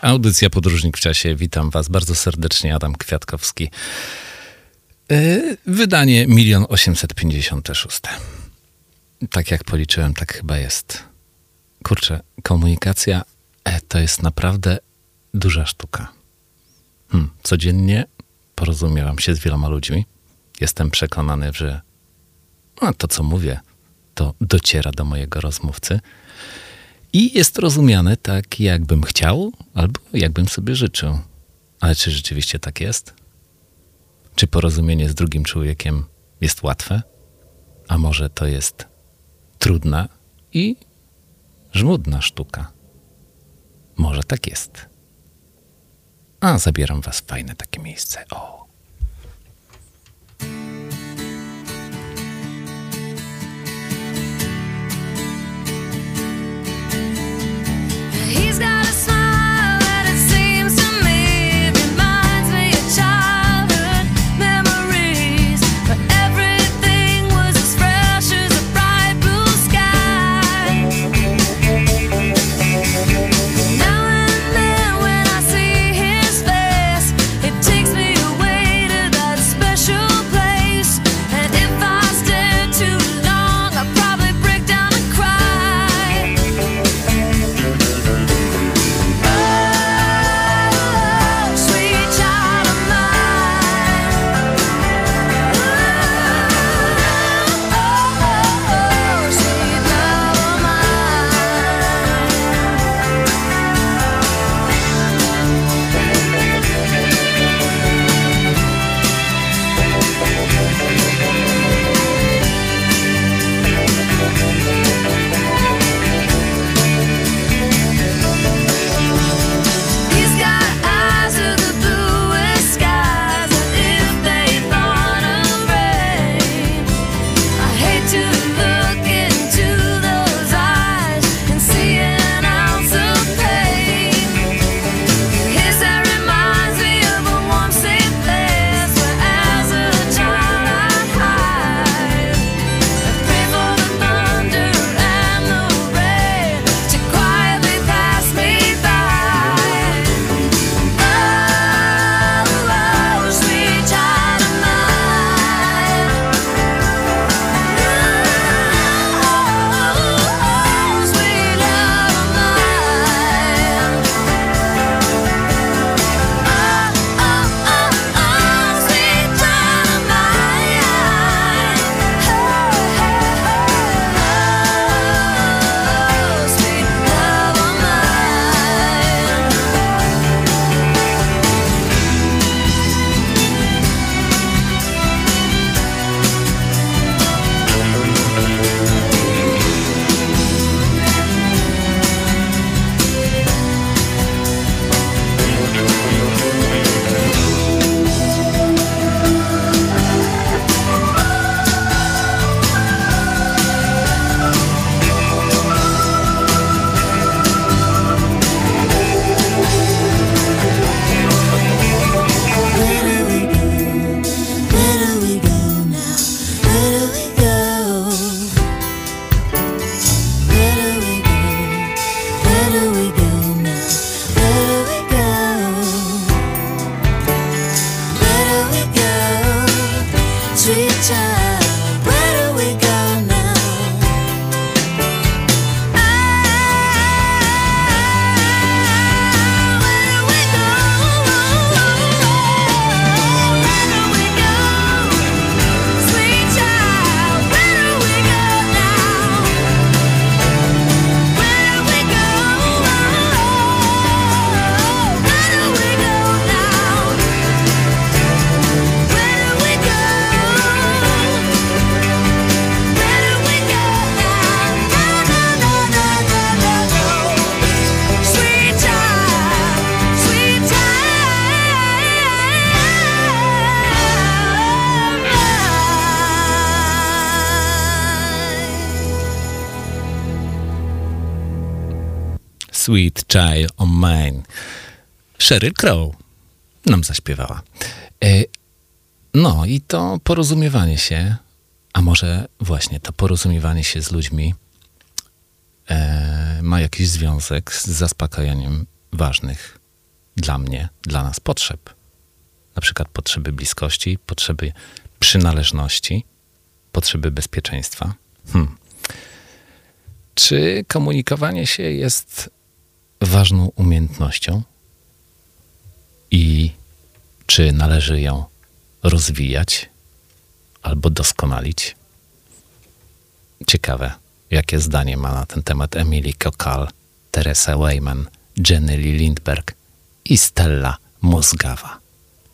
Audycja Podróżnik w czasie. Witam was bardzo serdecznie. Adam Kwiatkowski. Wydanie 1 856 000. Tak jak policzyłem, tak chyba jest. Kurczę, komunikacja to jest naprawdę duża sztuka. Codziennie porozumiewam się z wieloma ludźmi. Jestem przekonany, że to, co mówię, to dociera do mojego rozmówcy i jest rozumiane tak, jakbym chciał albo jakbym sobie życzył. Ale czy rzeczywiście tak jest? Czy porozumienie z drugim człowiekiem jest łatwe? A może to jest trudna i żmudna sztuka? Może tak jest. A zabieram was w fajne takie miejsce. O! He's got a smile that it seems to me reminds me of childhood memories, but everything was as fresh as a bright blue sky. Now and then when I see his face, it takes me away to that special place. And if I stare too long, I'll probably break down and cry. Oh, sweet child of mine. Oh, sweet love of He's got eyes of the bluest skies, and if they thought of rain, I hate to look into those eyes and see an ounce of pain. His hair reminds me of a warm, safe place where as a child I'd hide. I pray for the thunder and the rain to quietly pass me by. Oh, sweet child of mine. Oh, sweet love of mine. Sweet child of mine. Sweet love of Sweet child, where do we go now? Where do we go? Where do we go? Sweet child, where do we go now? Where do we go? Where do we go now? Where do we go? Where do we go now? No, no, no, no, no, no, no. Sweet child, sweet Sweet Child of Mine. Sheryl Crow nam zaśpiewała. No i to porozumiewanie się, a może właśnie to porozumiewanie się z ludźmi ma jakiś związek z zaspokajaniem ważnych dla mnie, dla nas potrzeb. Na przykład potrzeby bliskości, potrzeby przynależności, potrzeby bezpieczeństwa. Czy komunikowanie się jest ważną umiejętnością i czy należy ją rozwijać albo doskonalić? Ciekawe, jakie zdanie ma na ten temat Emily Cockal, Teresa Weyman, Jenny Lee Lindberg i Stella Mozgawa.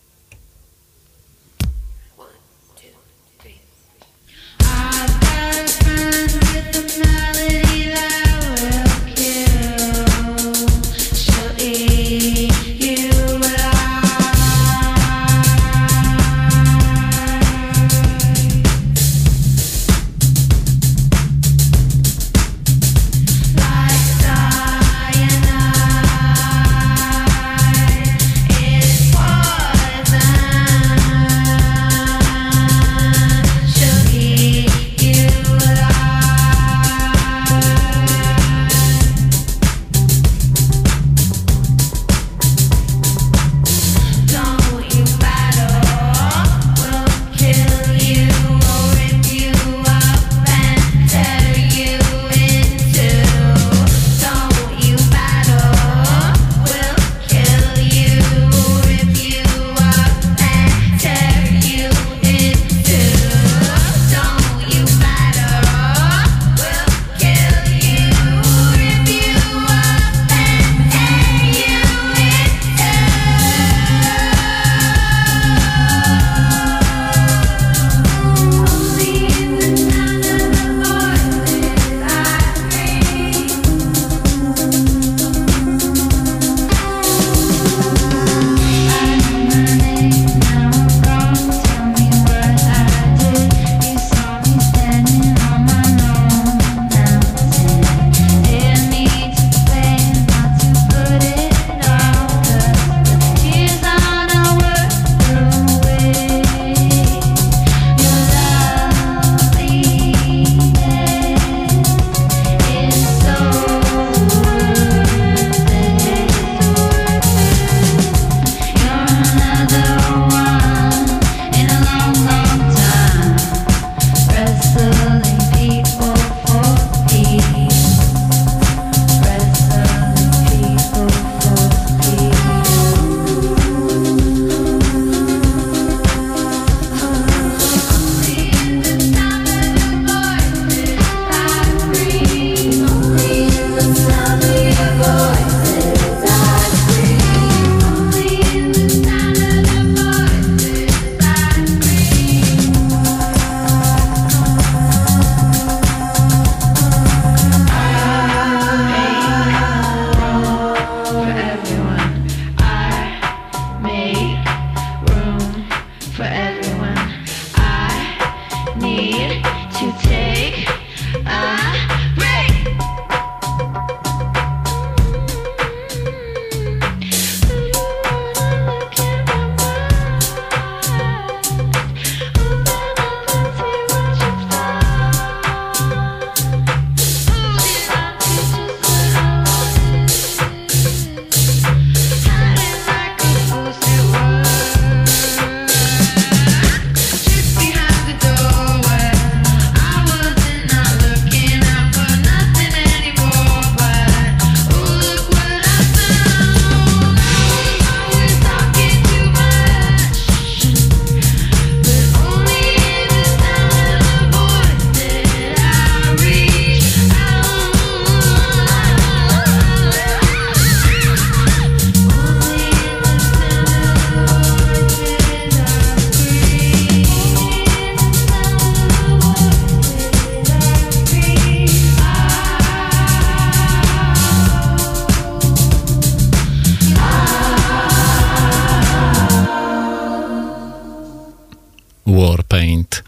Warpaint.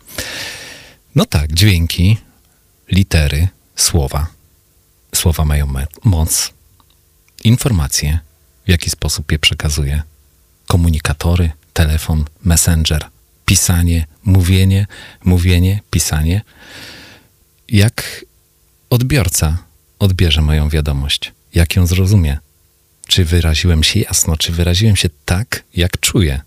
No tak, dźwięki, litery, słowa. Słowa mają moc. Informacje, w jaki sposób je przekazuje. Komunikatory, telefon, messenger, pisanie, mówienie, pisanie. Jak odbiorca odbierze moją wiadomość? Jak ją zrozumie? Czy wyraziłem się jasno? Czy wyraziłem się tak, jak czuję?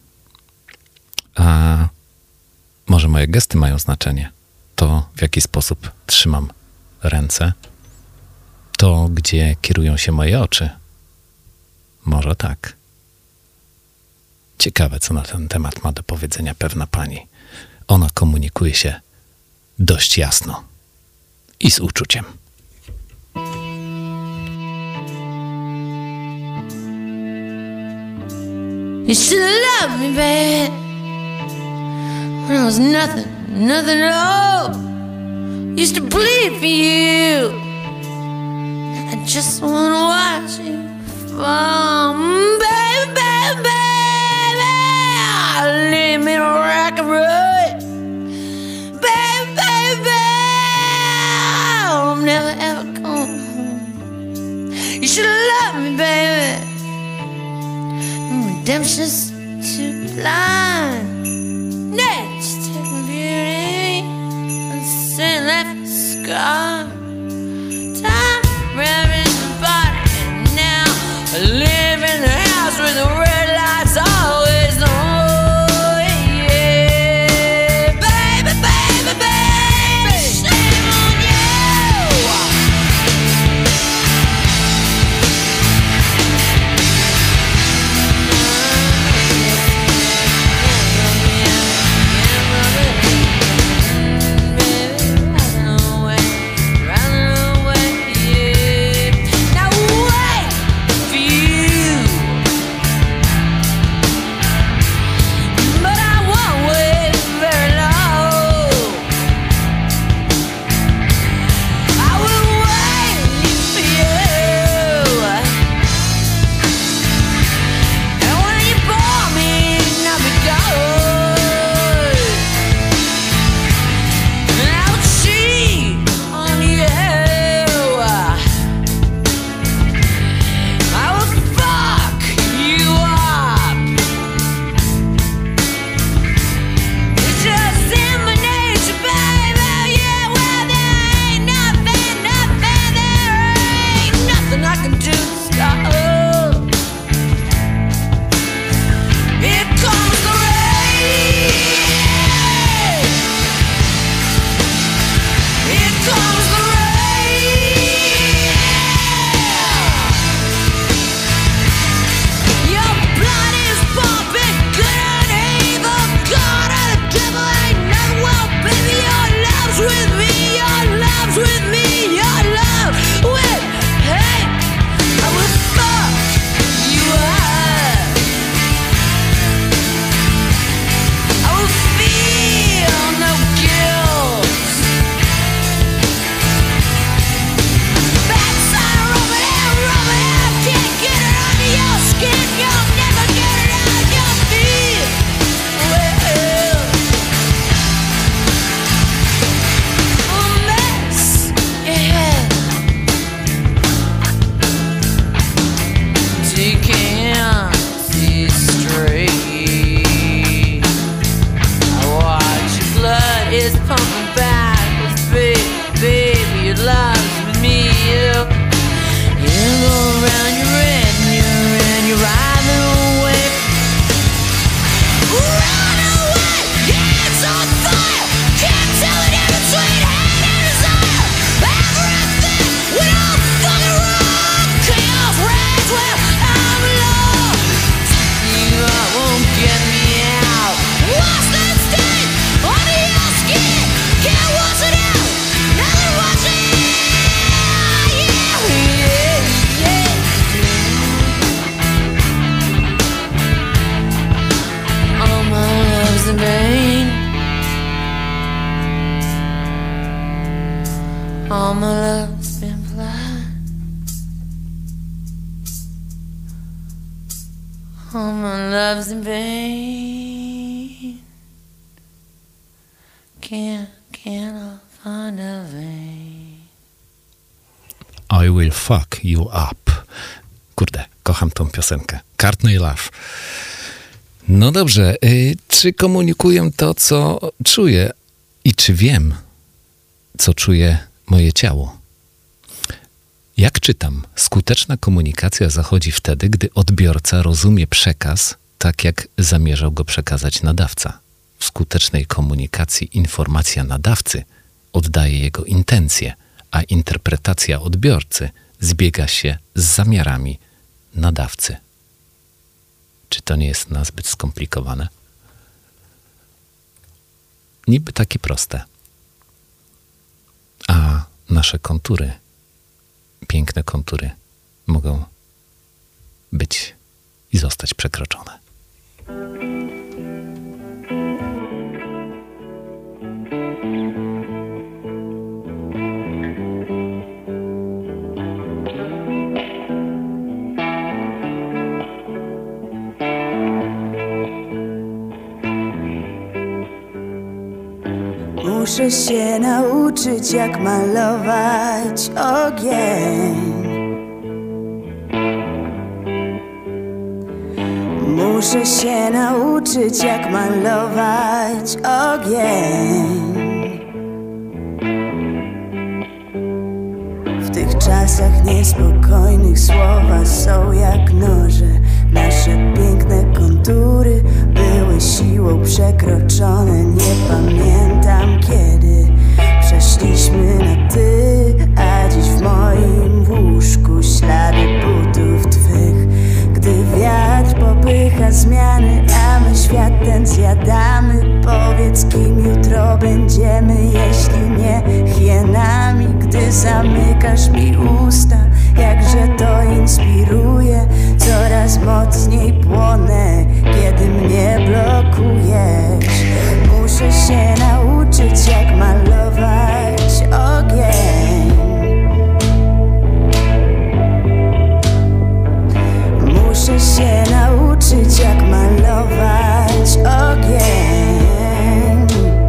A może moje gesty mają znaczenie? To, w jaki sposób trzymam ręce? To, gdzie kierują się moje oczy? Może tak. Ciekawe, co na ten temat ma do powiedzenia pewna pani. Ona komunikuje się dość jasno i z uczuciem. You should have loved me bad when I was nothing, nothing at all. Used to bleed for you. I just wanna watch you fall, baby, baby, baby. Leave me to rock and roll, baby, baby. I'm never ever going home. You should have loved me, baby. Redemption's too blind. Let's take my beauty and send left the scar. Time wrapping the body, and now I live in the house with the red lights always on. Yeah, baby, baby, baby, shame on you. All my love's been blind. All my love's in vain. Can't I find a vein? I will fuck you up. Kurde, kocham tą piosenkę. Courtney Love. No dobrze, czy komunikuję to, co czuję i czy wiem, co czuje moje ciało? Jak czytam, skuteczna komunikacja zachodzi wtedy, gdy odbiorca rozumie przekaz tak, jak zamierzał go przekazać nadawca. W skutecznej komunikacji informacja nadawcy oddaje jego intencje, a interpretacja odbiorcy zbiega się z zamiarami nadawcy. Czy to nie jest nazbyt skomplikowane? Niby takie proste. A nasze kontury, piękne kontury, mogą być i zostać przekroczone. Muszę się nauczyć, jak malować ogień. Muszę się nauczyć, jak malować ogień. W tych czasach niespokojnych słowa są jak noże. Nasze piękne kontury były siłą przekroczone. Nie pamiętam kiedy przeszliśmy na ty, a dziś w moim łóżku ślady butów twych. Gdy wiatr popycha zmiany, a my świat ten zjadamy. Powiedz, kim jutro będziemy, jeśli nie hienami. Gdy zamykasz mi usta, jakże to inspiruje. Coraz mocniej płonę, kiedy mnie blokujesz. Muszę się nauczyć, jak malować ogień. Muszę się nauczyć, jak malować ogień.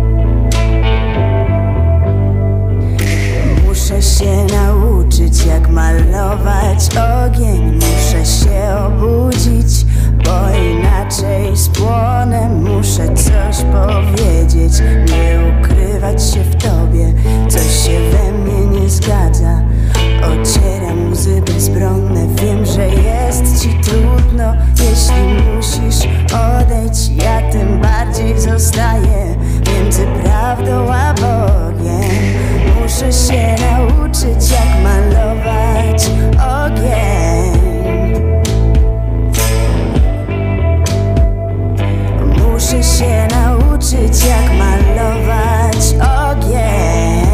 Muszę się nauczyć, jak malować ogień. Muszę się obudzić, bo inaczej spłonę. Muszę coś powiedzieć, nie ukrywać się w tobie. Coś się we mnie nie zgadza. Ocieram łzy bezbronne. Wiem, że jest ci trudno. Jeśli musisz odejść, ja tym bardziej zostaję między prawdą a Bogiem. Muszę się nauczyć, jak malować ogień. Muszę się nauczyć, jak malować ogień.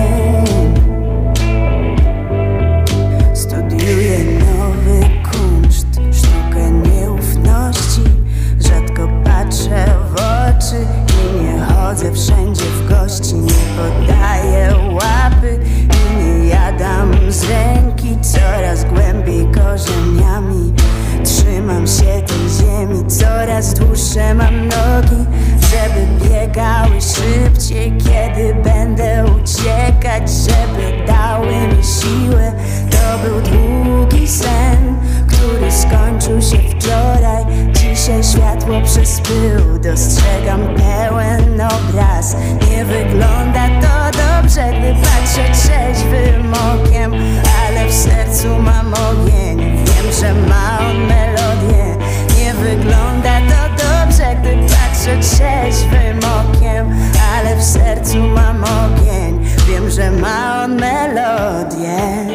Studiuję nowy kunszt, sztukę nieufności. Rzadko patrzę w oczy i nie chodzę wszędzie w gości. Nie podaję łapy i nie jadam z ręki. Coraz głębiej korzeniami trzymam się tej ziemi. Coraz dłuższe mam nogi, żeby biegały szybciej. Kiedy będę uciekać, żeby dały mi siłę. To był długi sen, który skończył się wczoraj. Dzisiaj światło przez pył dostrzegam pełen obraz. Nie wygląda to dobrze, gdy patrzę trzeźwym okiem, ale w sercu mam ogień. Wiem, że ma on melodię. Nie wygląda to dobrze, gdy patrzę trzeźwym okiem, ale w sercu mam ogień. Wiem, że ma on melodię.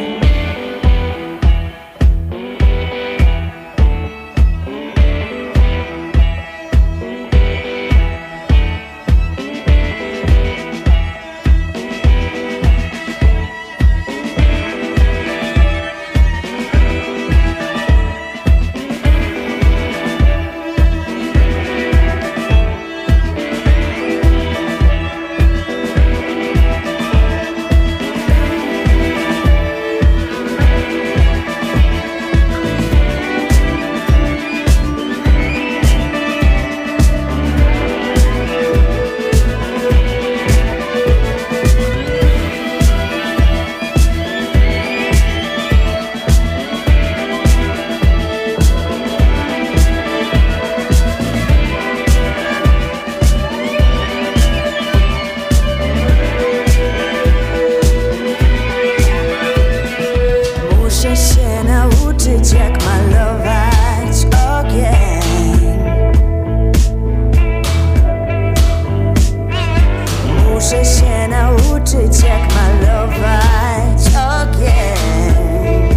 Muszę się nauczyć jak malować ogień.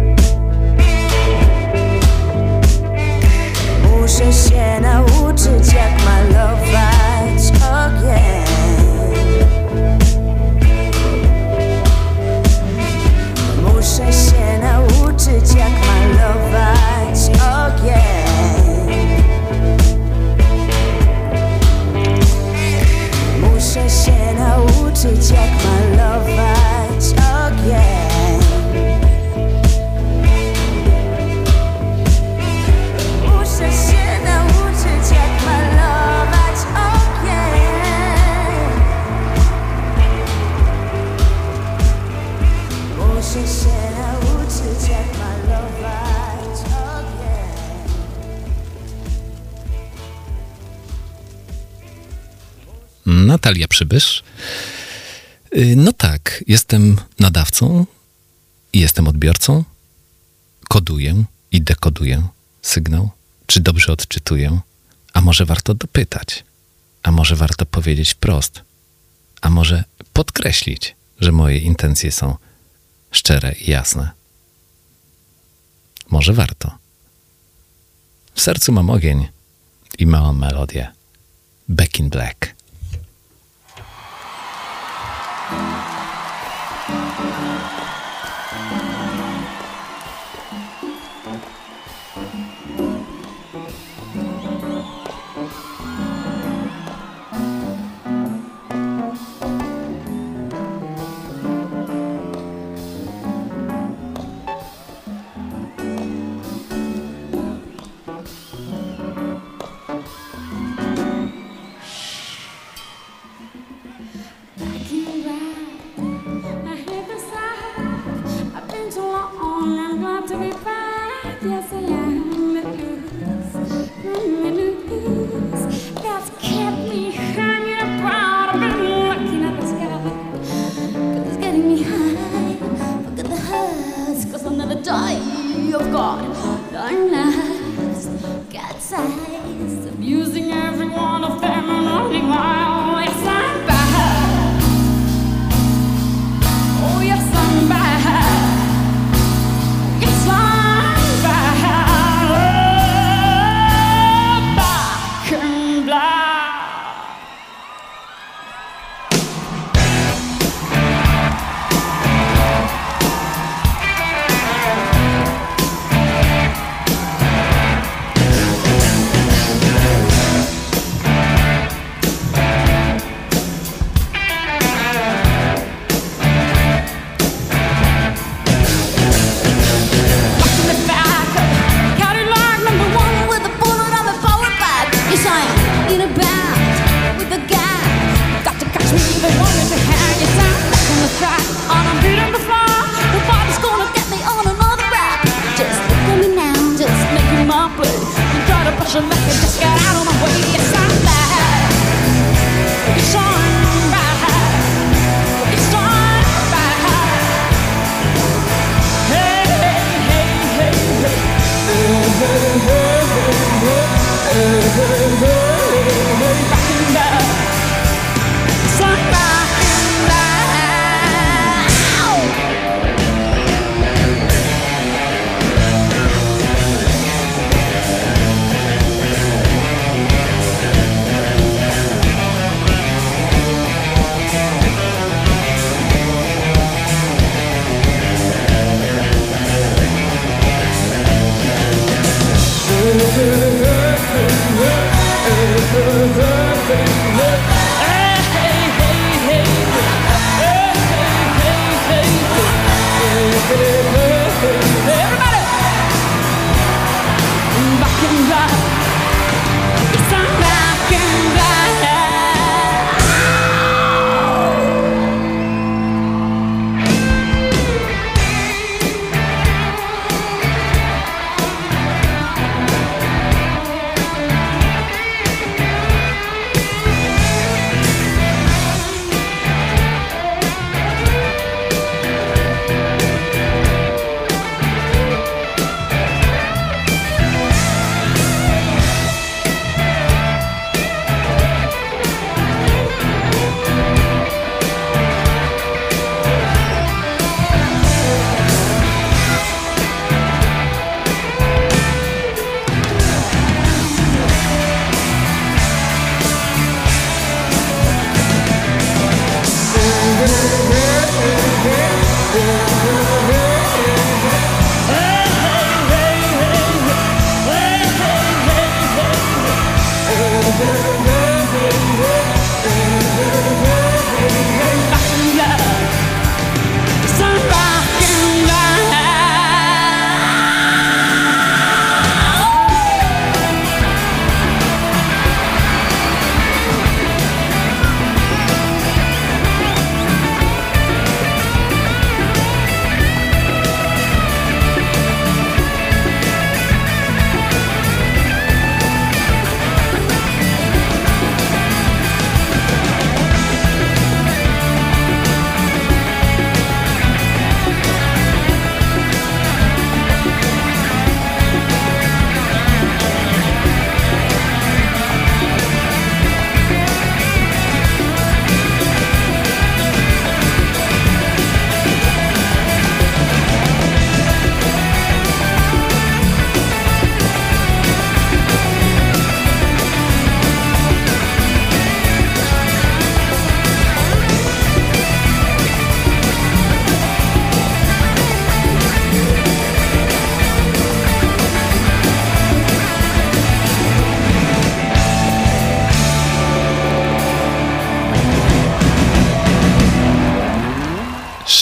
Muszę się nauczyć jak malować ogień. Muszę się nauczyć jak malować ogień. Muszę się nauczyć jak malować ogień. Muszę się nauczyć jak malować ogień. Muszę się nauczyć jak malować ogień. Natalia Przybysz. No tak, jestem nadawcą i jestem odbiorcą. Koduję i dekoduję sygnał. Czy dobrze odczytuję? A może warto dopytać? A może warto powiedzieć wprost? A może podkreślić, że moje intencje są szczere i jasne? Może warto. W sercu mam ogień i małą melodię. Back in Black.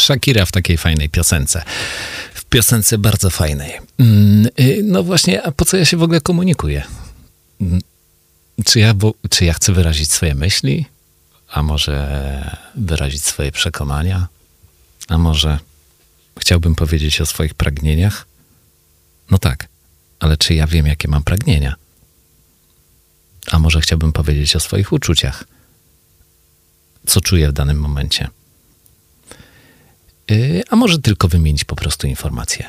Shakira w takiej fajnej piosence. W piosence bardzo fajnej. No właśnie, a po co ja się w ogóle komunikuję? Czy ja chcę wyrazić swoje myśli? A może wyrazić swoje przekonania? A może chciałbym powiedzieć o swoich pragnieniach? No tak, ale czy ja wiem, jakie mam pragnienia? A może chciałbym powiedzieć o swoich uczuciach? Co czuję w danym momencie? A może tylko wymienić po prostu informację?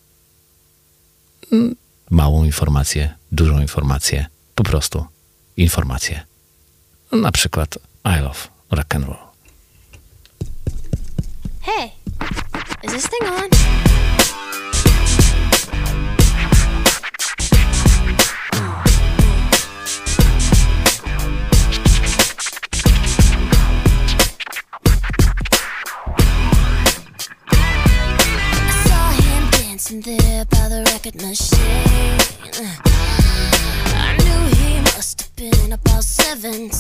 Małą informację, dużą informację, po prostu informację. Na przykład I love rock and roll. Hey, is this thing on? I saw him dancing there by the record machine. I knew he must have been about 17.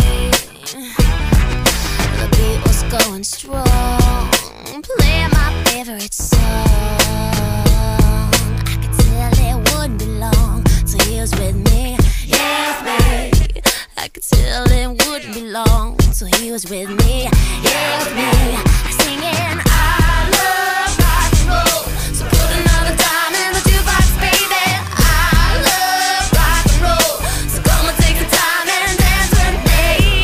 The beat was going strong, playing my favorite song. I could tell it wouldn't be long till he was with me, yeah, with me. I could tell it wouldn't be long till he was with me, yeah, with me. Singing, I love rock and roll, so put another dime in the jukebox, baby. I love rock and roll, so come and take the time and dance with me.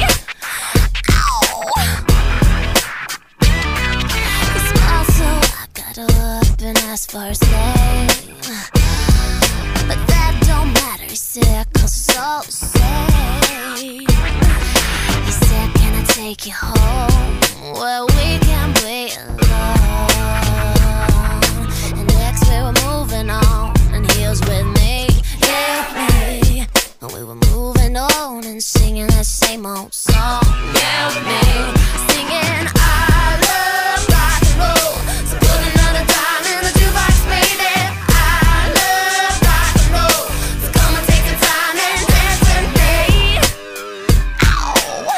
He smiled, so I got up and asked for his name. But that don't matter, he said, 'cause it's all the same. He said, can I take you home where we can be alone? And next we were moving on, and he was with me, yeah, with me. And we were moving on and singing that same old song, yeah, with me. Singing, I love rock and roll, so put another dime in the jukebox, baby. I love rock and roll, so come and take the time and dance with me. Ow.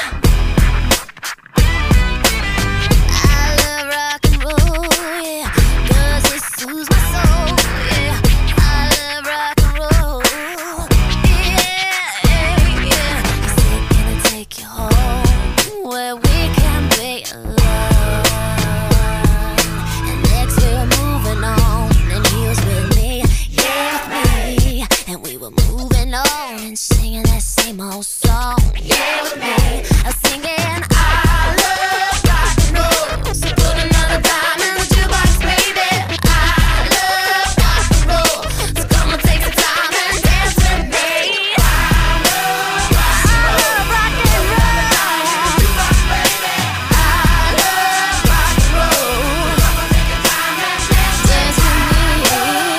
I love rock and roll, yeah, 'cause it soothes my soul, yeah. I love rock and roll, yeah, yeah. He said, can I take you home where we can be alone? And next we were moving on, and he was with me, yeah, with me. And we were moving on and singing that same old song, yeah, with me. I was singing, I love rock and roll, so put another dime in the jukebox, baby. I love rock and roll, so come and take some time and dance with me. I love rock and roll. I love rock and roll. Dance with me.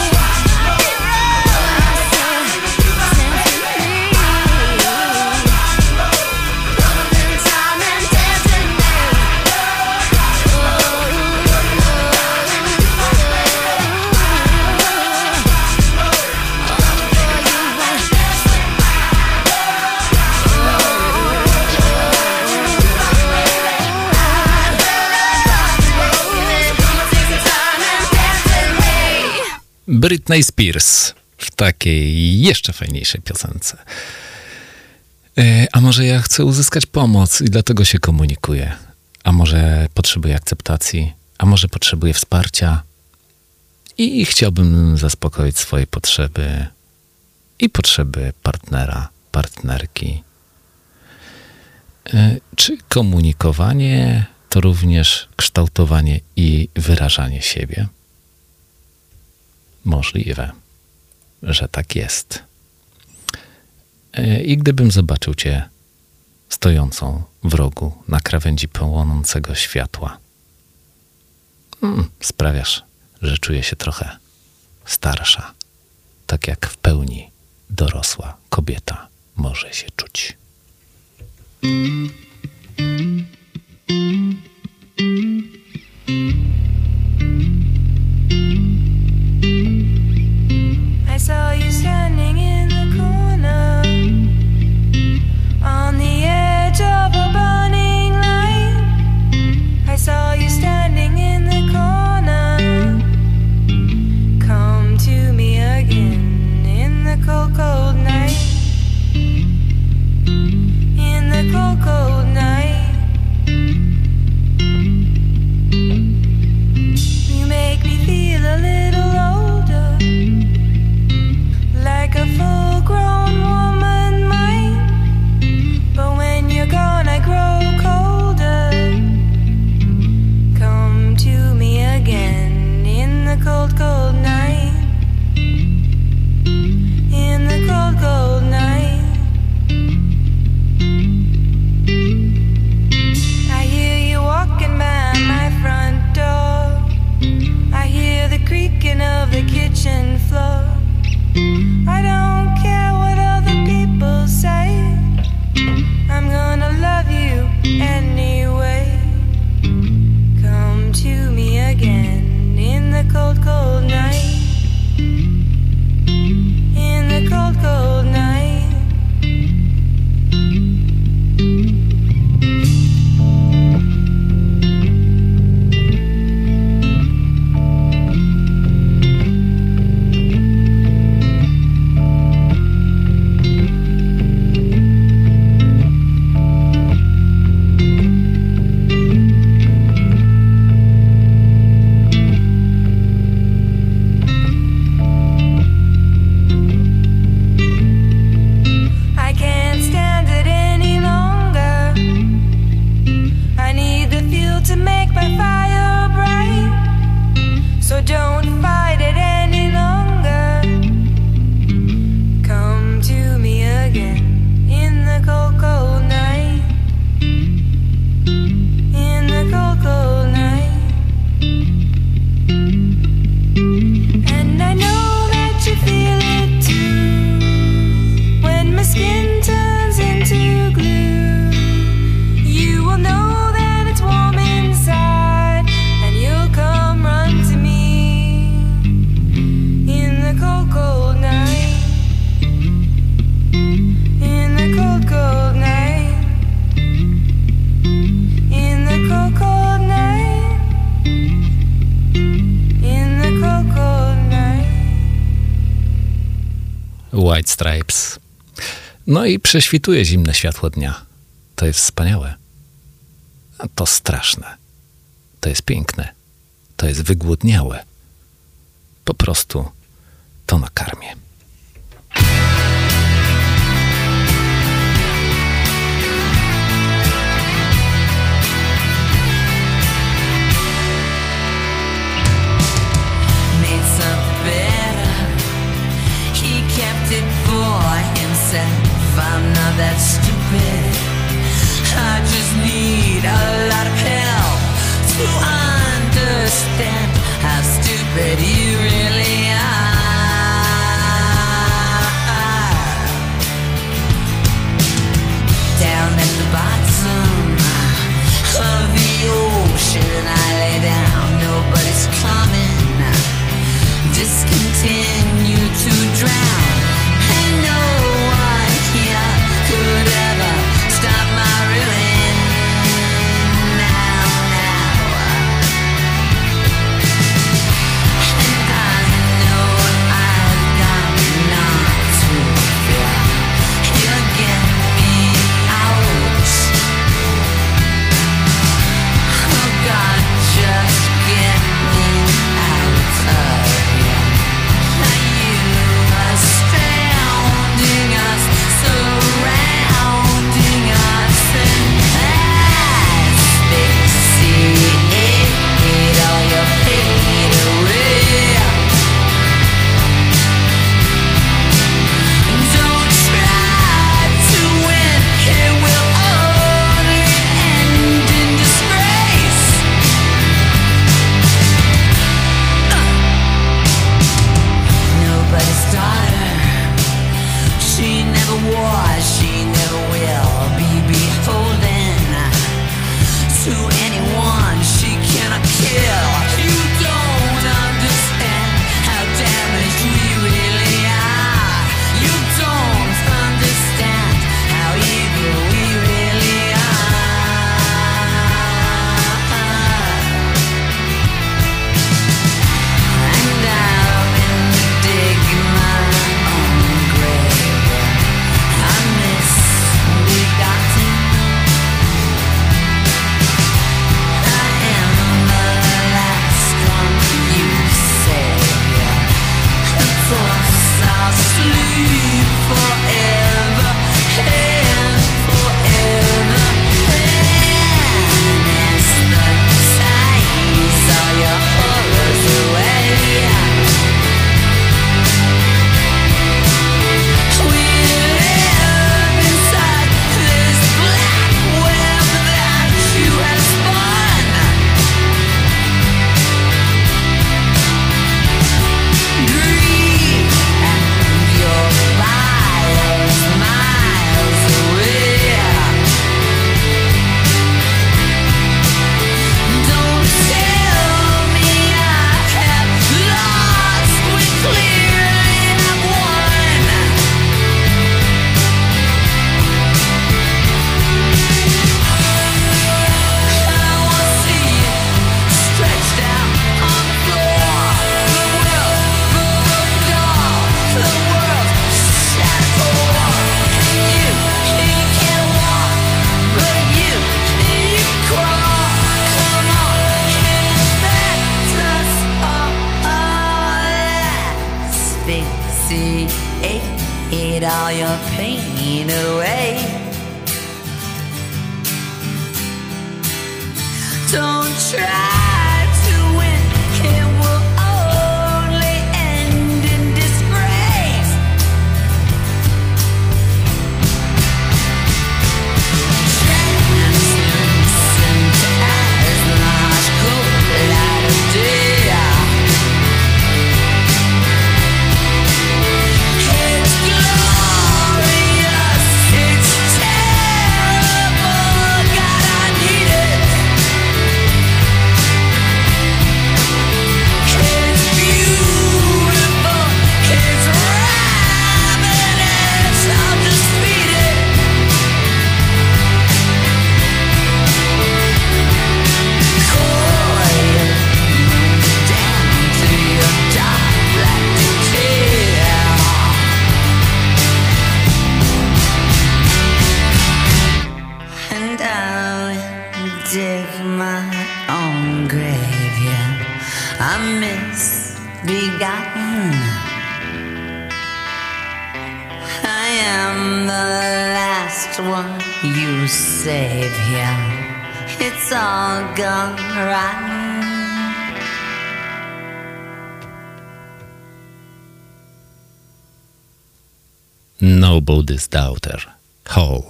Britney Spears w takiej jeszcze fajniejszej piosence. A może ja chcę uzyskać pomoc i dlatego się komunikuję? A może potrzebuję akceptacji? A może potrzebuję wsparcia? I chciałbym zaspokoić swoje potrzeby i potrzeby partnera, partnerki. Czy komunikowanie to również kształtowanie i wyrażanie siebie? Możliwe, że tak jest. I gdybym zobaczył cię stojącą w rogu na krawędzi płonącego światła, sprawiasz, że czuję się trochę starsza, tak jak w pełni dorosła kobieta może się czuć. I saw you standing in the corner on the edge of a burning light. I saw you standing in to make my fire bright. So don't fight it any longer. Come to me again in the cold, cold night. In the cold, cold night. And I know that you feel it too. When my skin turns into glue, you will know that it's warm inside, and you'll come run to me in the cold, cold night. In the cold, cold night. In the cold, cold night. In the cold, cold night. White Stripes. No i prześwituje zimne światło dnia. To jest wspaniałe. A to straszne. To jest piękne. To jest wygłodniałe. Po prostu to nakarmię. Made something better. He kept it for himself. I'm not that stupid. I just need a lot of help to understand how stupid you really are. Down at the bottom of the ocean I lay down. Nobody's coming. Just continue to drown. And no one here could ever stop my ruin. Now, now. And I know I've got not to fear. You'll get me out. Oh God, just get me out of here. Now you astounding us, surrounding us, and asphyxiate all your fade away. Don't try to win, it will only end in disgrace. Nobody's daughter. She never was, she never will be beholden to anyone she cannot kill. You don't understand how damaged we really are. You don't understand how evil we really are. And I've been to dig my own grave. I'm misbegotten. I am the last one you save. The force I'll sleep forever and forever. Anesthetize all your horrors away. We live inside this black web that you have spun. Grieve and your fire's miles away. Don't tell me I have lost, we clearly have won. I wanna see you stretched out on the floor. The world broke down, the world shattered. You can't walk, but you crawl. Come on, infect us all. Asphyxiate all your pain away. Don't try to win, it will only end in disgrace. Translucent as large cold light of day. It's glorious, it's terrible, God, I need it. It's beautiful, it's ravenous, I'll just feed it. Coil down to your dark black detail. And I'll dig my own grave, yeah. I'm misbegotten. I am the last one you save, yeah. It's all gone rotten. Nobody's Daughter, Hole.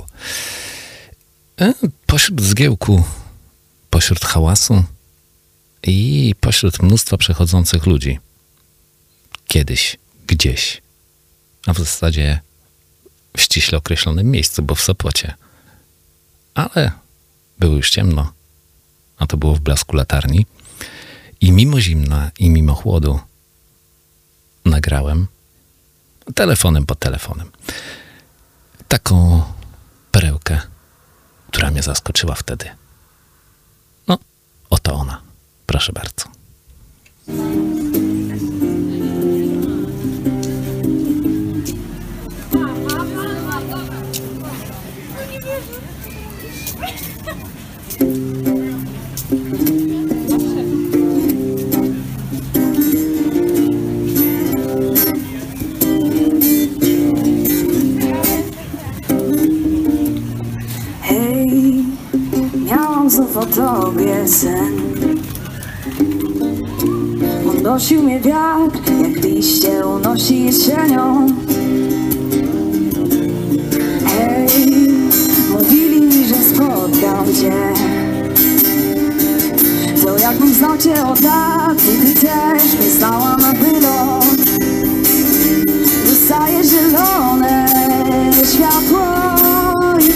Pośród zgiełku, pośród hałasu i pośród mnóstwa przechodzących ludzi. Kiedyś, gdzieś, a w zasadzie w ściśle określonym miejscu, bo w Sopocie. Ale było już ciemno, a to było w blasku latarni. I mimo zimna, i mimo chłodu nagrałem telefonem pod telefonem taką perełkę, która mnie zaskoczyła wtedy. No, oto ona. Proszę bardzo. Hej, miałam znów o tobie sen. Unosił mnie wiatr, jak liście unosi jesienią. Hej, mówili mi, że spotkam cię. To jakbym znał cię od lat, i ty też mnie znała na wylot. Dostaję zielone światło i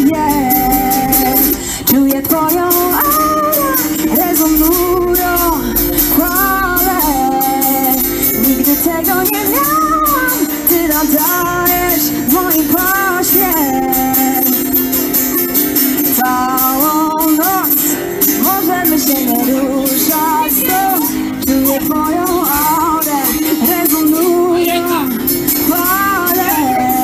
czuję twoją aurę, rezonują chwale. Nigdy tego nie miałam, ty nadajesz w moim paśmie. Całą noc możemy się nie ruszać stąd. Czuję twoją aurę, rezonują chwale.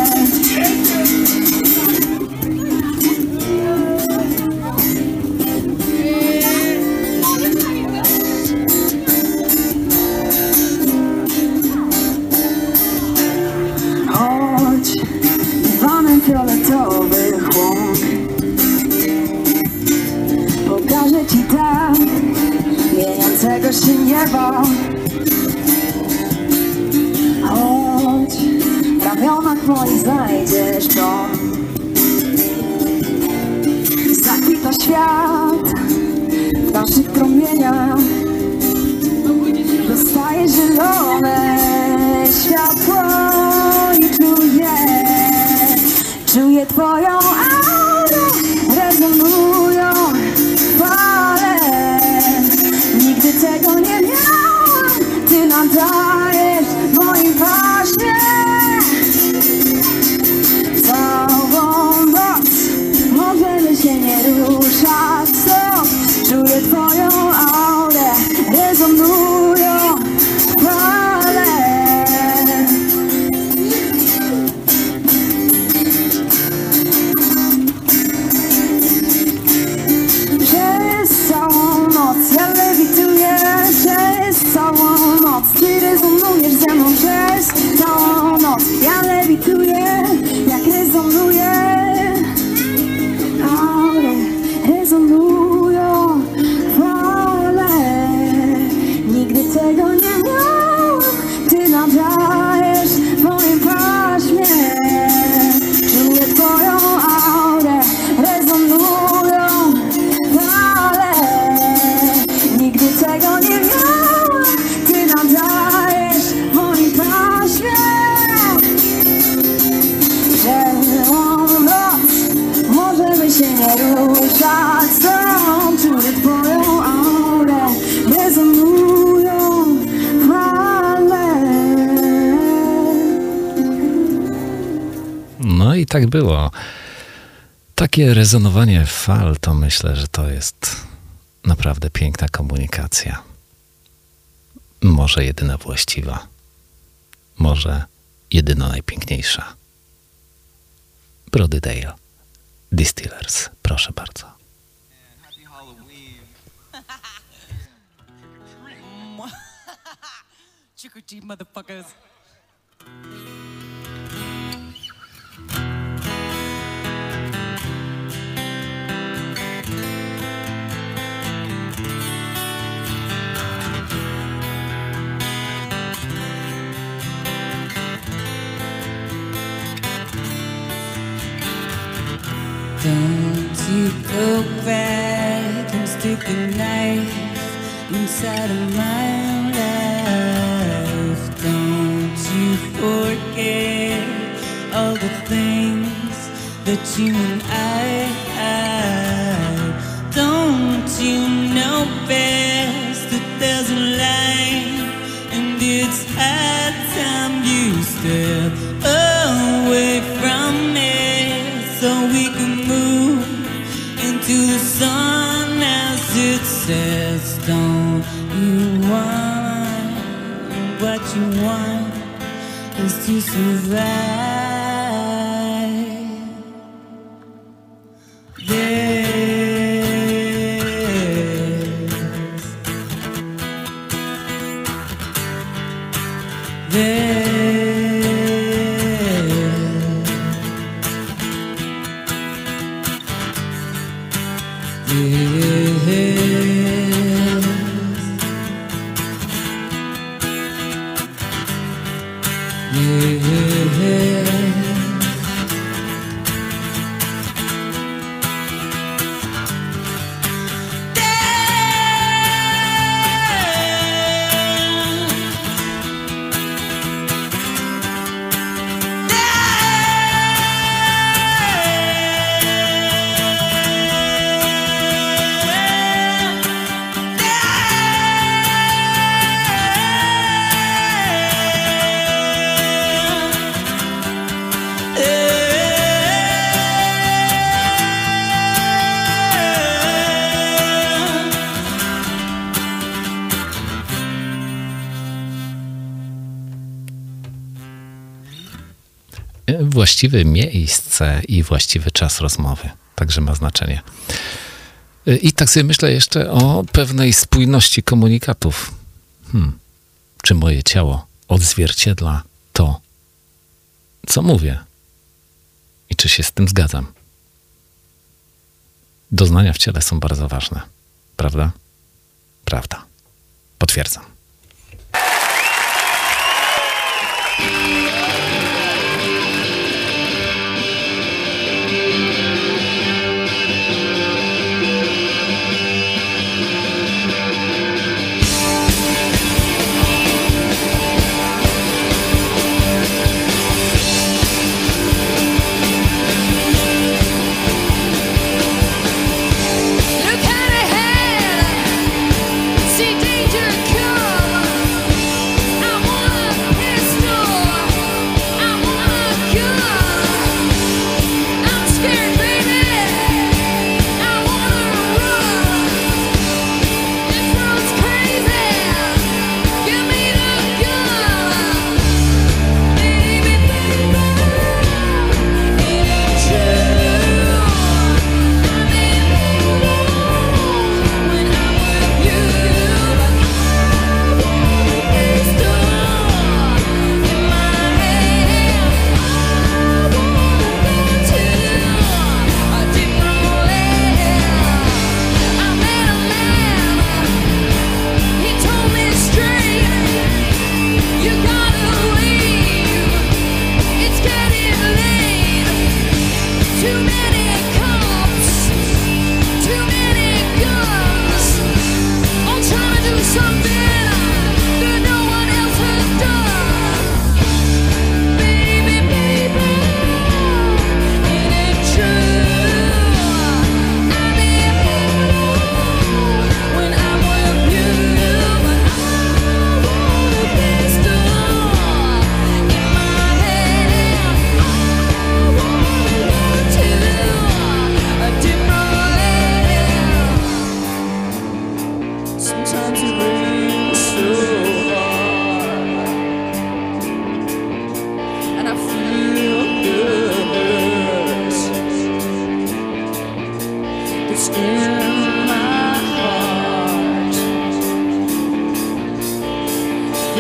Chodź, dywanem fioletowych łąk. Pokażę ci tak mieniącego się nieba. Chodź, w ramionach moich znajdziesz dom. Zakwita świat w naszych promieniach. Dostaję zielone światło i czuję twoją aurę, rezonują fale. Nigdy tego nie miałam, ty nadajesz w moim paśmie. Całą noc możemy się nie ruszać stąd. Czuję twoją aurę, rezonują fale. tak było. Takie rezonowanie fal, to myślę, że to jest naprawdę piękna komunikacja. Może jedyna właściwa. Może jedyna najpiękniejsza. Brody Dale, Distillers, proszę bardzo. Happy Halloween. Trick or treat, motherfuckers. Don't you go back and stick a knife inside of my life. Don't you forget all the things that you and I had. Don't you know best that there's a line, and it's high time you step away from it so we can move into the sun as it sets. Don't you want what you want is to survive? Właściwe miejsce i właściwy czas rozmowy. Także ma znaczenie. I tak sobie myślę jeszcze o pewnej spójności komunikatów. Czy moje ciało odzwierciedla to, co mówię? I czy się z tym zgadzam? Doznania w ciele są bardzo ważne. Prawda? Prawda. Potwierdzam. Look out ahead, see danger come.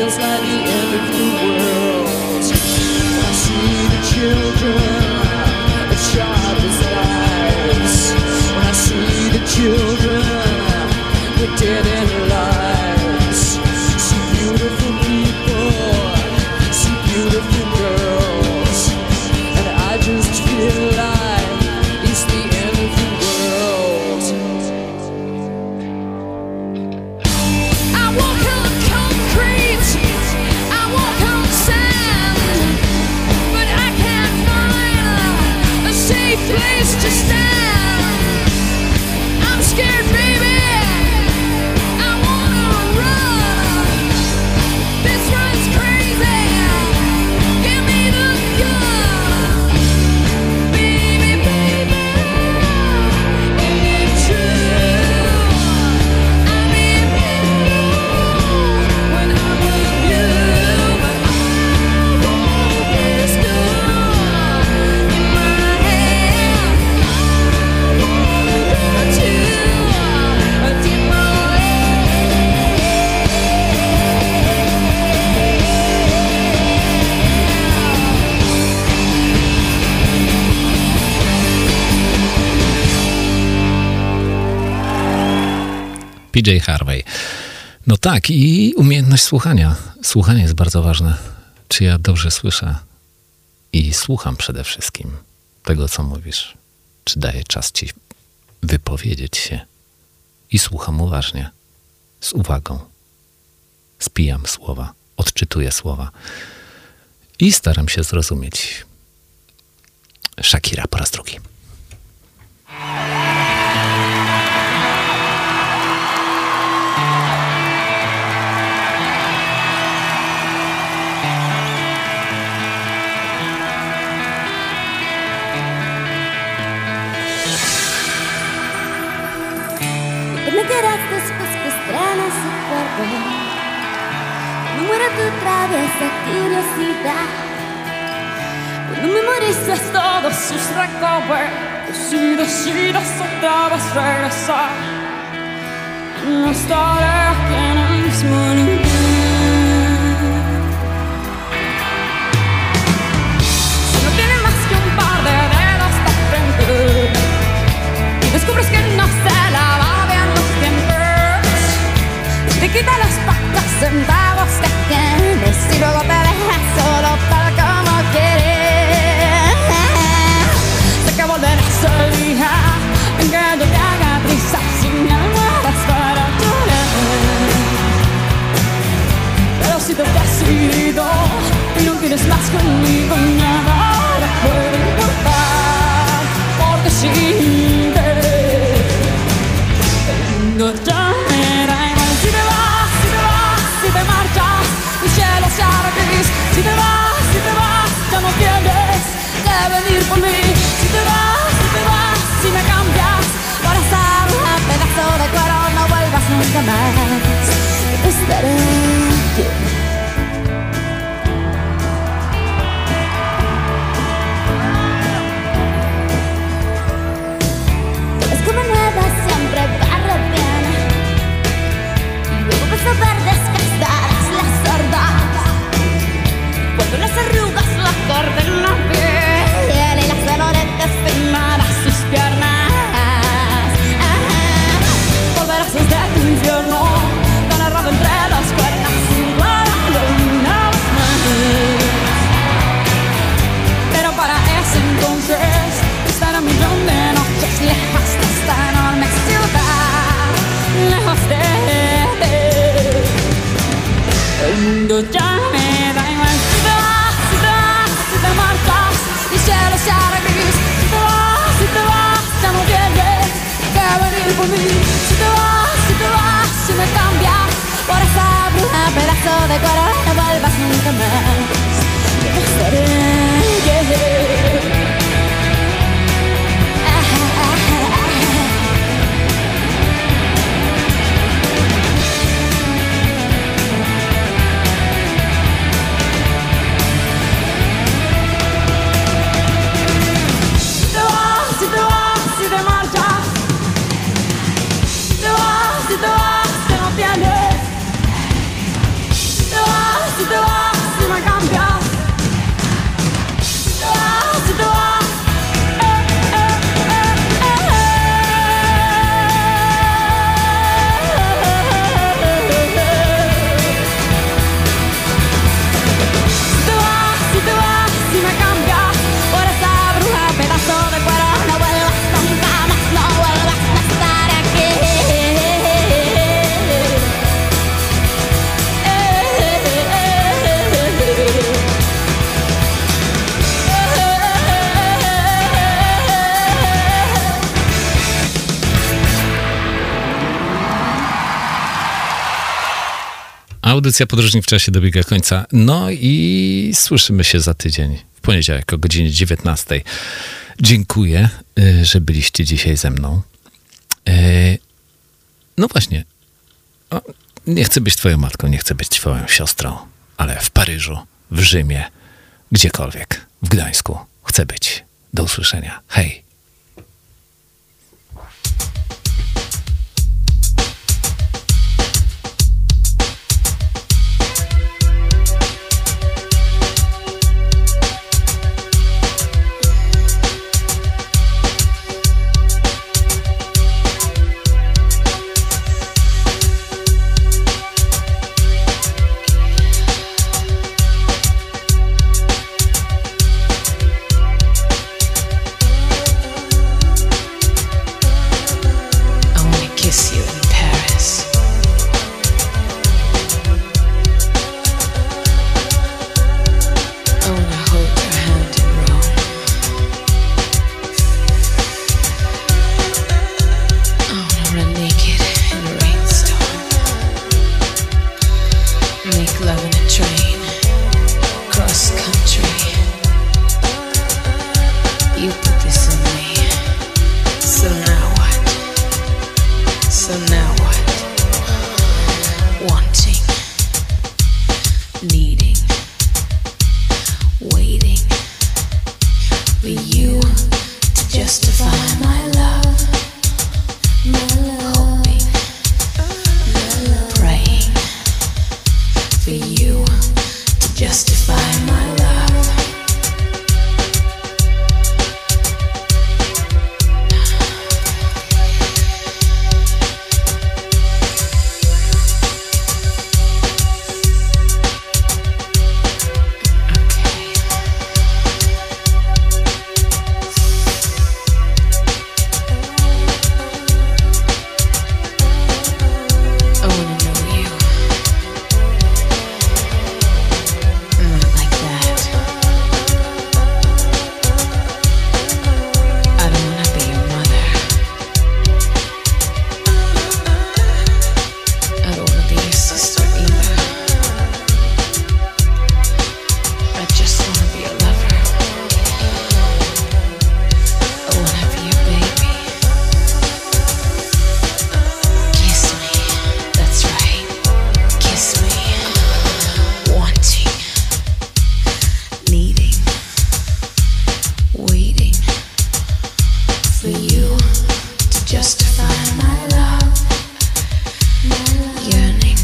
feels like the end of the world. I see the children as sharp as knives. When I see the children with dead end lives. See beautiful people, see beautiful girls, and I just feel like it's the end of the world. I walk on concrete, I walk on sand, but I can't find a safe place to stand. I'm scared, baby, I wanna run. This run's crazy, give me the gun. Baby, baby, ain't it true? I'm in when I'm with you, but I want this gun in my hand. I wanna go to a different PJ Harvey. No tak, i umiejętność słuchania. Słuchanie jest bardzo ważne. Czy ja dobrze słyszę i słucham przede wszystkim tego, co mówisz? Czy daję czas ci wypowiedzieć się i słucham uważnie, z uwagą. Spijam słowa, odczytuję słowa i staram się zrozumieć. Shakira po raz drugi. Tú me quieras después que estrenas su cuerpo. Cuando muera tu traviesa curiosidad. Cuando memorices todos sus recuerdos y decidas otra vez regresar, no estaré aquí en el mismo lugar. Si no tiene más que un par de dedos de frente y descubres que no se lava bien los dientes, te quita las patas centavos que tienes y luego te dejas solo tal como quieres. Sé que volverás el día en que yo te haga prisa sin almohadas para llorar. Pero si te has decidido y no tienes más conmigo, nada te puede importar, porque sin ti el mundo ya me da igual. Si te vas, si te vas, si te marchas, mi cielo se hará gris. Si te vas, ya no tienes que venir por mí. Si te vas, si me cambias para estar a pedazo de cuero, no vuelvas nunca más. Yo estaré aquí. Es como nueva, siempre barre bien. Y luego vas a ver desgastarás las cerdas. Cuando las arrugas la corten la piel y las celoretas firmarás sus piernas. Volverás desde tu infierno, tan errado entre las cuerdas, implorando una vez más. Pero para ese entonces estará un millón de noches lejos de esta enorme ciudad, lejos de ti. El mundo ya me da igual. Si te vas, si te vas, si te marchas, mi cielo se hará gris. Si te vas, ya no tienes que venir por mí. Si te vas, si me cambias por esa bruja, pedazo de cuero, no vuelvas nunca más. Yo estaré, Si te vas, si te marchas, Audycja Podróżnik w czasie dobiega końca. No i słyszymy się za tydzień, w poniedziałek o godzinie 19. Dziękuję, że byliście dzisiaj ze mną. No właśnie, nie chcę być twoją matką, nie chcę być twoją siostrą, ale w Paryżu, w Rzymie, gdziekolwiek, w Gdańsku chcę być. Do usłyszenia. Hej! Kiss you in Paris. I wanna hold your hand in Rome. I wanna run naked in a rainstorm. Make love in a train, cross country. You put this in me, so now what? So now what? Wanting, needing, waiting for you to justify my love. Hoping, praying for you to justify my love. I wanna know you. Not like that. I don't wanna be your mother. I don't wanna be your sister either. I just wanna be a lover. I wanna be your baby. Kiss me. That's right. Kiss me. Wanting, needing, waiting for you to justify my love. Yearning,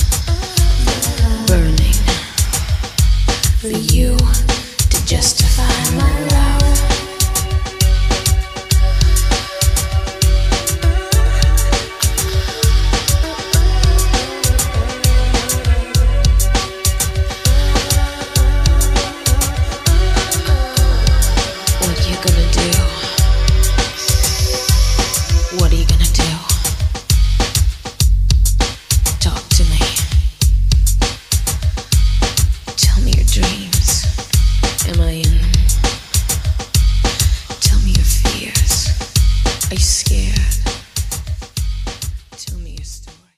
burning for you to justify my love. What you gonna do? What are you gonna do? Talk to me. Tell me your dreams. Am I in them? Tell me your fears. Are you scared? Tell me your story.